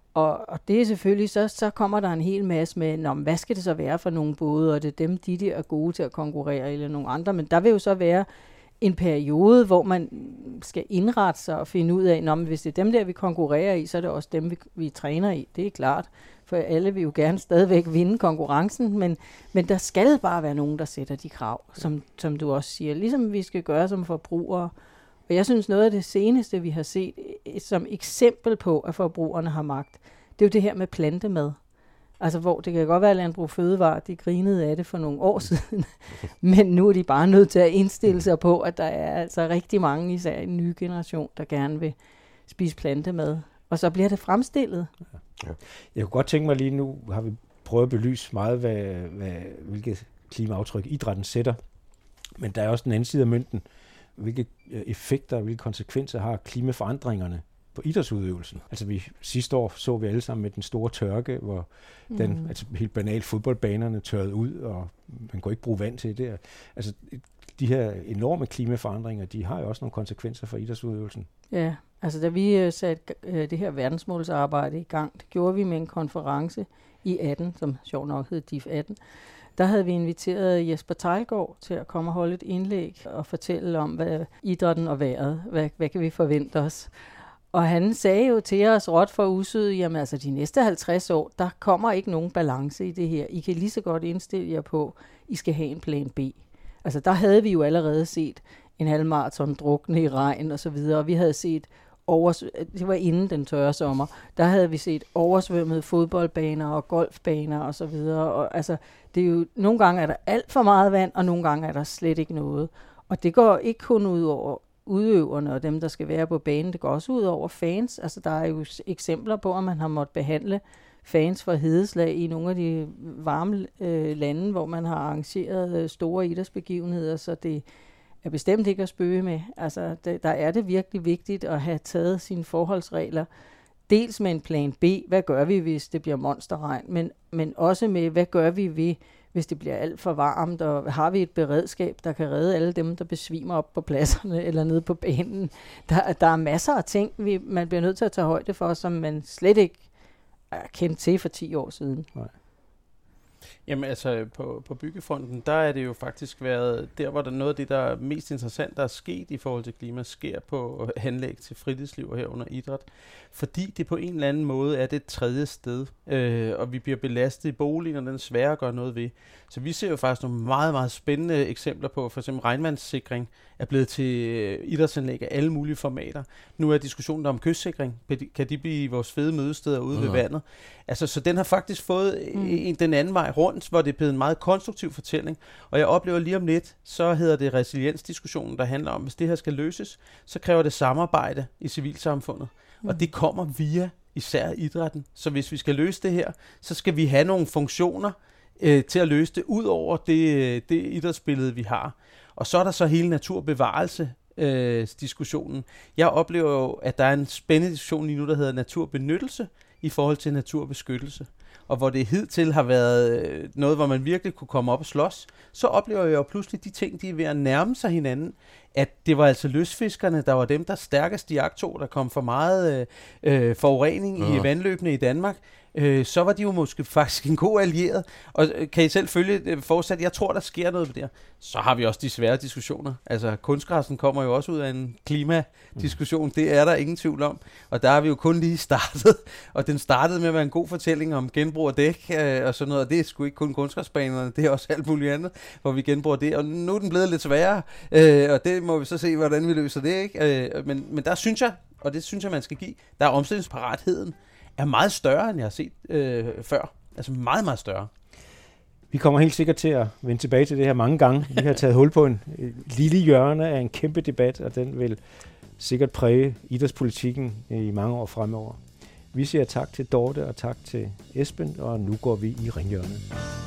Og det er selvfølgelig, så kommer der en hel masse med, hvad skal det så være for nogle både, og det er dem, de er gode til at konkurrere, eller nogle andre. Men der vil jo så være en periode, hvor man skal indrette sig og finde ud af, hvis det er dem der, vi konkurrerer i, så er det også dem, vi træner i. Det er klart, for alle vil jo gerne stadigvæk vinde konkurrencen, men der skal bare være nogen, der sætter de krav, som du også siger. Ligesom vi skal gøre som forbrugere. Og jeg synes, noget af det seneste, vi har set som eksempel på, at forbrugerne har magt, det er jo det her med plantemad. Altså, hvor det kan godt være, at Landbrug Fødevare, de grinede af det for nogle år siden, men nu er de bare nødt til at indstille sig på, at der er altså rigtig mange, især en ny generation, der gerne vil spise plantemad. Og så bliver det fremstillet. Ja. Jeg kunne godt tænke mig lige nu, har vi prøvet at belyse meget, hvilket klimaaftryk idrætten sætter, men der er også den anden side af mønten. Hvilke effekter og hvilke konsekvenser har klimaforandringerne på idrætsudøvelsen? Altså sidste år så vi alle sammen med den store tørke, hvor altså helt banalt fodboldbanerne tørrede ud, og man kunne ikke bruge vand til det. Altså de her enorme klimaforandringer, de har jo også nogle konsekvenser for idrætsudøvelsen. Ja, altså da vi satte det her verdensmålsarbejde i gang, det gjorde vi med en konference i 18, som sjovt nok hed DIF 18. Der havde vi inviteret Jesper Theilgaard til at komme og holde et indlæg og fortælle om, hvad idrætten og vejret, hvad kan vi forvente os. Og han sagde jo til os råt for usødet, jamen altså de næste 50 år, der kommer ikke nogen balance i det her. I kan lige så godt indstille jer på, I skal have en plan B. Altså der havde vi jo allerede set en halvmaraton drukne i regn og så videre, og vi havde set det var inden den tørre sommer, der havde vi set oversvømmede fodboldbaner og golfbaner og så videre. Og altså, det er jo, nogle gange er der alt for meget vand, og nogle gange er der slet ikke noget. Og det går ikke kun ud over udøverne og dem, der skal være på banen, det går også ud over fans. Altså, der er jo eksempler på, at man har måttet behandle fans for hedeslag i nogle af de varme lande, hvor man har arrangeret store idrætsbegivenheder, så det er bestemt ikke at spøge med. Altså, der er det virkelig vigtigt at have taget sine forholdsregler. Dels med en plan B, hvad gør vi, hvis det bliver monsterregn, men også med, hvad gør vi hvis det bliver alt for varmt, og har vi et beredskab, der kan redde alle dem, der besvimer op på pladserne eller nede på banen. Der er masser af ting, man bliver nødt til at tage højde for, som man slet ikke er kendt til for 10 år siden. Nej. Jamen altså, på byggefronten, der er det jo faktisk været, der hvor der noget af det, der er mest interessant, der er sket i forhold til klima, sker på anlæg til fritidsliv og herunder idræt. Fordi det på en eller anden måde er det et tredje sted, og vi bliver belastet i boligen, og den er svær at gøre noget ved. Så vi ser jo faktisk nogle meget, meget spændende eksempler på, for eksempel regnvandssikring er blevet til idrætsanlæg af alle mulige formater. Nu er diskussionen om kystsikring. Kan de blive vores fede mødesteder ude ved vandet? Altså, så den har faktisk fået den anden vej rundt, hvor det er blevet en meget konstruktiv fortælling. Og jeg oplever lige om lidt, så hedder det resiliensdiskussionen, der handler om, hvis det her skal løses, så kræver det samarbejde i civilsamfundet. Og det kommer via især idrætten. Så hvis vi skal løse det her, så skal vi have nogle funktioner til at løse det, ud over det idrætsbillede, vi har. Og så er der så hele naturbevarelse-diskussionen. Jeg oplever jo, at der er en spændende diskussion lige nu, der hedder naturbenyttelse i forhold til naturbeskyttelse. Og hvor det hidtil har været noget, hvor man virkelig kunne komme op og slås, så oplever jeg jo pludselig de ting, de er ved at nærme sig hinanden. At det var altså lystfiskerne, der var dem, der stærkest i jagttog, der kom for meget forurening i vandløbene i Danmark. Så var de jo måske faktisk en god allieret. Og kan I selv følge fortsat? Jeg tror, der sker noget på det her. Så har vi også de svære diskussioner. Altså, kunstgræssen kommer jo også ud af en klimadiskussion. Det er der ingen tvivl om. Og der har vi jo kun lige startet. Og den startede med at være en god fortælling om genbrug af dæk og sådan noget. Og det er sgu ikke kun kunstgræsbanerne. Det er også alt muligt andet, hvor vi genbruger det. Og nu er den blevet lidt sværere. Og det må vi så se, hvordan vi løser det, ikke? Men der synes jeg, og det synes jeg, man skal give, der er omstillingsparatheden er meget større, end jeg har set før. Altså meget, meget større. Vi kommer helt sikkert til at vende tilbage til det her mange gange. Vi har taget hul på en lille hjørne af en kæmpe debat, og den vil sikkert præge idrætspolitikken i mange år fremover. Vi siger tak til Dorte og tak til Esben, og nu går vi i ringhjørnet.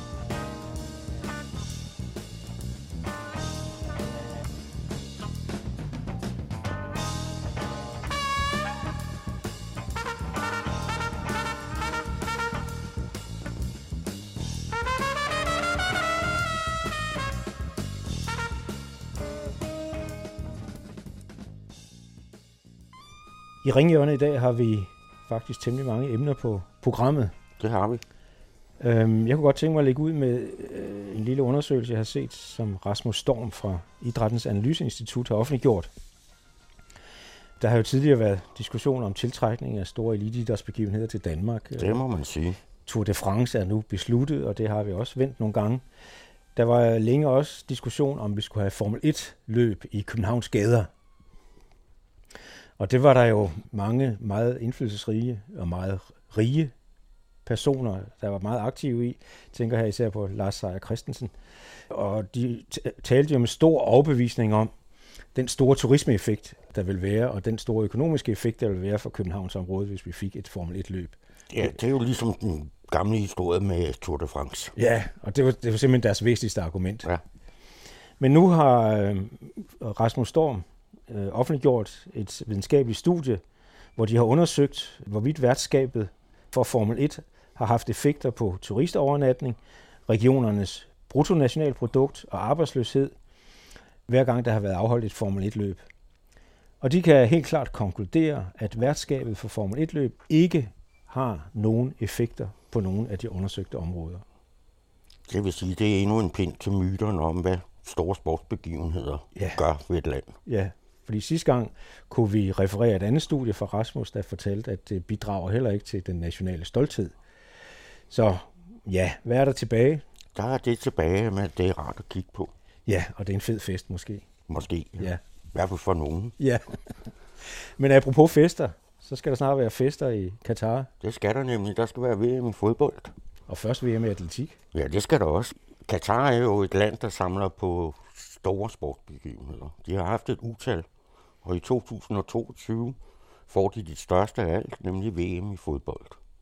I ringhjørnet i dag har vi faktisk temmelig mange emner på programmet. Det har vi. Jeg kunne godt tænke mig at lægge ud med en lille undersøgelse, jeg har set, som Rasmus Storm fra Idrættens Analyseinstitut har offentliggjort. Der har jo tidligere været diskussioner om tiltrækning af store eliteidrætsbegivenheder til Danmark. Det må man sige. Tour de France er nu besluttet, og det har vi også vendt nogle gange. Der var længe også diskussion om, vi skulle have Formel 1-løb i Københavns gader. Og det var der jo mange meget indflydelsesrige og meget rige personer, der var meget aktive i. Jeg tænker her især på Lars Seier Christensen. Og de talte jo med stor overbevisning om den store turismeeffekt, der vil være, og den store økonomiske effekt, der vil være for Københavnsområdet, hvis vi fik et Formel 1-løb. Ja, det er jo ligesom den gamle historie med Tour de France. Ja, og det var simpelthen deres væsentligste argument. Ja. Men nu har Rasmus Storm offentliggjort et videnskabeligt studie, hvor de har undersøgt, hvorvidt værtskabet for Formel 1 har haft effekter på turistovernatning, regionernes bruttonationalprodukt og arbejdsløshed, hver gang der har været afholdt et Formel 1-løb. Og de kan helt klart konkludere, at værtskabet for Formel 1-løb ikke har nogen effekter på nogen af de undersøgte områder. Det vil sige, det er endnu en pind til myterne om, hvad store sportsbegivenheder gør ved et land. Ja, fordi sidste gang kunne vi referere et andet studie fra Rasmus, der fortalte, at det bidrager heller ikke til den nationale stolthed. Så ja, hvad er der tilbage? Der er det tilbage, men det er rart at kigge på. Ja, og det er en fed fest måske. Måske, ja. I hvert fald for nogen. Ja, men apropos fester, så skal der snart være fester i Katar. Det skal der nemlig. Der skal være VM i fodbold. Og først VM i atletik. Ja, det skal der også. Katar er jo et land, der samler på store sportsbegivenheder. De har haft et utal, og i 2022 får de det største af alt, nemlig VM i fodbold.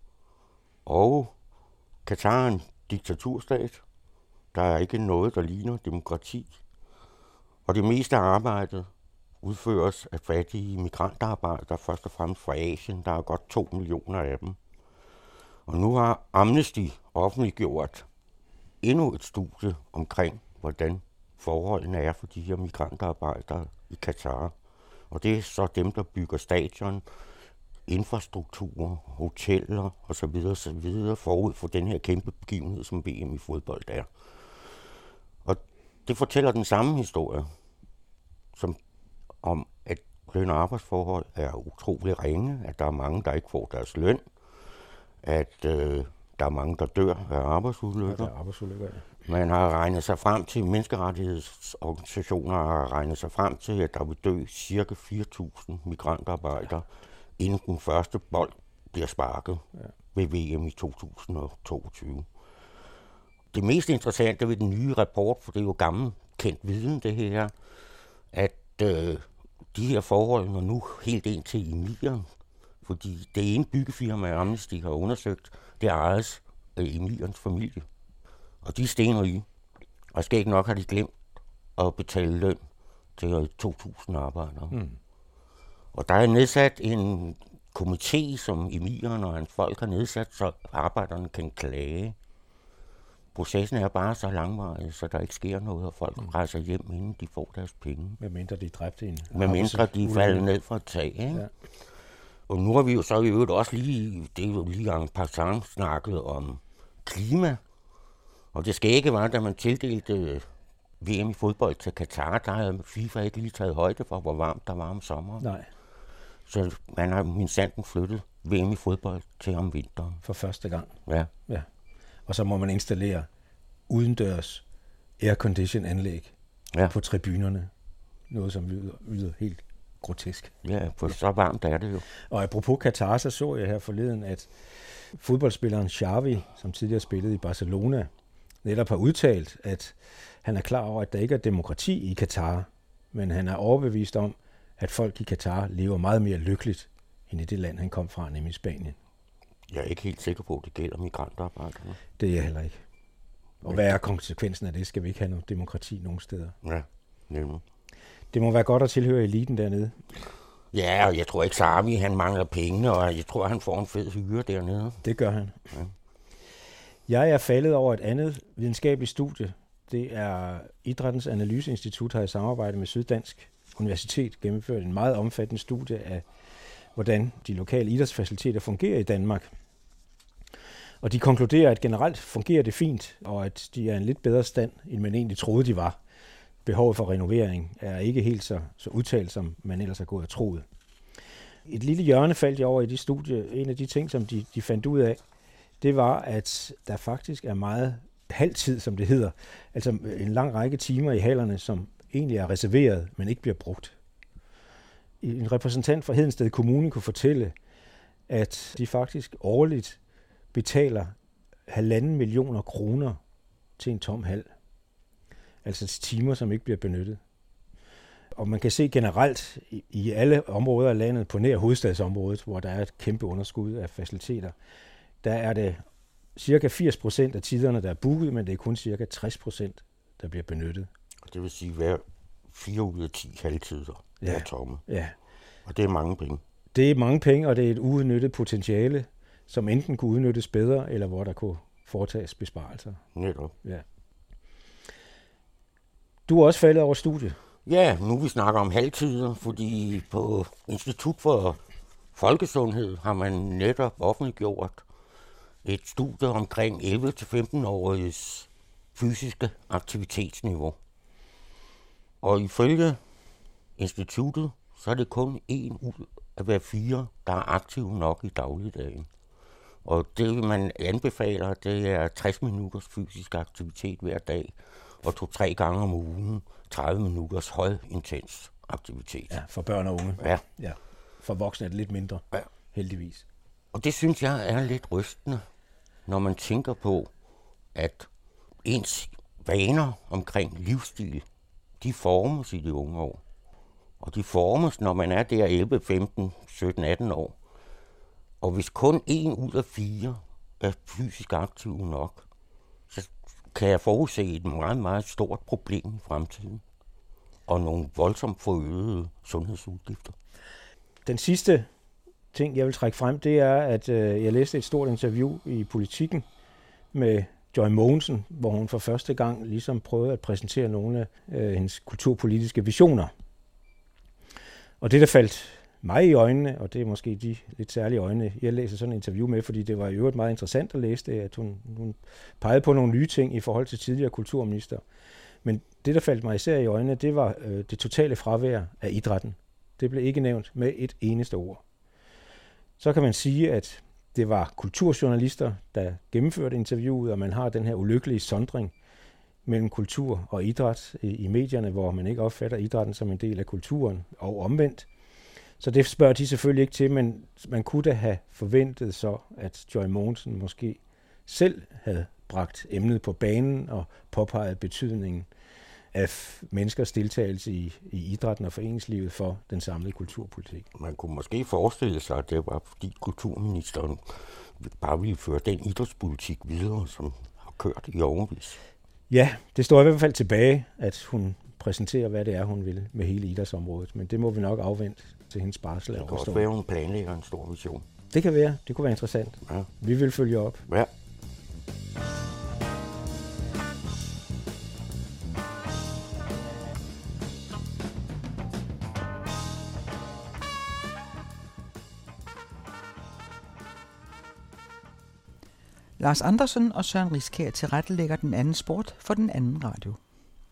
Og Katar er en diktaturstat. Der er ikke noget, der ligner demokrati. Og det meste af arbejdet udføres af fattige migrantarbejdere, først og fremmest fra Asien. Der er godt 2 millioner af dem. Og nu har Amnesty offentliggjort endnu et studie omkring, hvordan forholdene er for de her migrantarbejdere i Katar. Og det er så dem, der bygger stadion, infrastruktur, hoteller osv. forud for den her kæmpe begivenhed, som VM i fodbold er. Og det fortæller den samme historie, som om, at løn- og arbejdsforhold er utrolig ringe, at der er mange, der ikke får deres løn, at der er mange, der dør af arbejdsulykker. Man har regnet sig frem til, menneskerettighedsorganisationer har regnet sig frem til, at der vil dø ca. 4.000 migrantarbejdere, inden den første bold bliver sparket ved VM i 2022. Det mest interessante ved den nye rapport, for det er jo gammel kendt viden det her, at de her forhold når nu helt ind til emiren, fordi det ene byggefirma, Amnesty har undersøgt, det ejes af emirens familie. Og de er stenrige, og skal ikke nok have de glemt at betale løn til 2.000 arbejdere. Og der er nedsat en komité, som emiren og hans folk har nedsat, så arbejderne kan klage. Processen er bare så langvarig, så der ikke sker noget, og folk rejser hjem, inden de får deres penge. Medmindre de dræbte en. Medmindre de falder ned fra et tag, ikke? Ja. Og nu har vi jo så i øvrigt også lige, det er jo lige gang passant snakket om klima. Og det skægge var, da man tildelte VM i fodbold til Katar, der havde FIFA ikke lige taget højde for, hvor varmt der var om sommeren. Nej. Så man har minsanden flyttet VM i fodbold til om vinteren. For første gang. Ja. Og så må man installere udendørs aircondition-anlæg på tribunerne. Noget, som lyder helt grotesk. Ja, for så varmt er det jo. Og apropos Katar, så jeg her forleden, at fodboldspilleren Xavi, som tidligere spillede i Barcelona, netop har udtalt, at han er klar over, at der ikke er demokrati i Katar, men han er overbevist om, at folk i Katar lever meget mere lykkeligt, end i det land, han kom fra, nemlig Spanien. Jeg er ikke helt sikker på, at det gælder migrantarbejderne. Det er jeg heller ikke. Og hvad er konsekvensen af det? Skal vi ikke have noget demokrati nogen steder? Ja, nemlig. Det må være godt at tilhøre eliten dernede. Ja, og jeg tror ikke, Sami han mangler penge, og jeg tror, han får en fed hyre dernede. Det gør han. Ja. Jeg er faldet over et andet videnskabeligt studie. Det er Idrættens Analyseinstitut, har i samarbejde med Syddansk Universitet gennemført en meget omfattende studie af, hvordan de lokale idrætsfaciliteter fungerer i Danmark. Og de konkluderer, at generelt fungerer det fint, og at de er i en lidt bedre stand, end man egentlig troede, de var. Behovet for renovering er ikke helt så udtalt, som man ellers har gået og troet. Et lille hjørne faldt jeg over i de studie. En af de ting, som de fandt ud af, det var, at der faktisk er meget halvtid, som det hedder. Altså en lang række timer i hallerne, som egentlig er reserveret, men ikke bliver brugt. En repræsentant fra Hedensted Kommune kunne fortælle, at de faktisk årligt betaler 1,5 millioner kroner til en tom hal. Altså til timer, som ikke bliver benyttet. Og man kan se generelt i alle områder af landet, på nær hovedstadsområdet, hvor der er et kæmpe underskud af faciliteter, der er det cirka 80% af tiderne, der er booket, men det er kun cirka 60%, der bliver benyttet. Det vil sige, at hver 4 ud af 10 halvtider er tomme. Ja. Og det er mange penge. Det er mange penge, og det er et uudnyttet potentiale, som enten kunne udnyttes bedre, eller hvor der kunne foretages besparelser. Netop. Ja. Du er også faldet over studie. Ja, nu vi snakker om halvtider, fordi på Institut for Folkesundhed har man netop offentliggjort et studie omkring 11-15-åriges fysiske aktivitetsniveau. Og ifølge instituttet, så er det kun 1 ud af hver 4, der er aktiv nok i dagligdagen. Og det, man anbefaler, det er 60 minutters fysisk aktivitet hver dag, og 2-3 gange om ugen 30 minutters højintens aktivitet. Ja, for børn og unge. Ja. For voksne er det lidt mindre, heldigvis. Og det synes jeg er lidt rystende, når man tænker på, at ens vaner omkring livsstil, de formes i de unge år. Og de formes, når man er der 11, 15, 17, 18 år. Og hvis kun 1 ud af 4 er fysisk aktive nok, så kan jeg forudse et meget, meget stort problem i fremtiden. Og nogle voldsomt forøgede sundhedsudgifter. Den sidste ting, jeg vil trække frem, det er, at jeg læste et stort interview i Politikken med Joy Mogensen, hvor hun for første gang ligesom prøvede at præsentere nogle af hendes kulturpolitiske visioner. Og det, der faldt mig i øjnene, og det er måske de lidt særlige øjne, jeg læser sådan et interview med, fordi det var i øvrigt meget interessant at læse det, at hun pegede på nogle nye ting i forhold til tidligere kulturminister. Men det, der faldt mig især i øjnene, det var det totale fravær af idrætten. Det blev ikke nævnt med et eneste ord. Så kan man sige, at det var kulturjournalister, der gennemførte interviewet, og man har den her ulykkelige sondring mellem kultur og idræt i medierne, hvor man ikke opfatter idrætten som en del af kulturen, og omvendt. Så det spørger de selvfølgelig ikke til, men man kunne da have forventet så, at Joy Mogensen måske selv havde bragt emnet på banen og påpeget betydningen af menneskers deltagelse i idrætten og foreningslivet for den samlede kulturpolitik. Man kunne måske forestille sig, at det var fordi kulturministeren bare ville føre den idrætspolitik videre, som har kørt i årevis. Ja, det står i hvert fald tilbage, at hun præsenterer, hvad det er, hun vil med hele idrætsområdet. Men det må vi nok afvente til hendes barsel. Det kan også være, hun planlægger en stor vision. Det kan være. Det kunne være interessant. Ja. Vi vil følge op. Ja. Lars Andersen og Søren Riskær tilrettelægger den anden sport for den anden radio.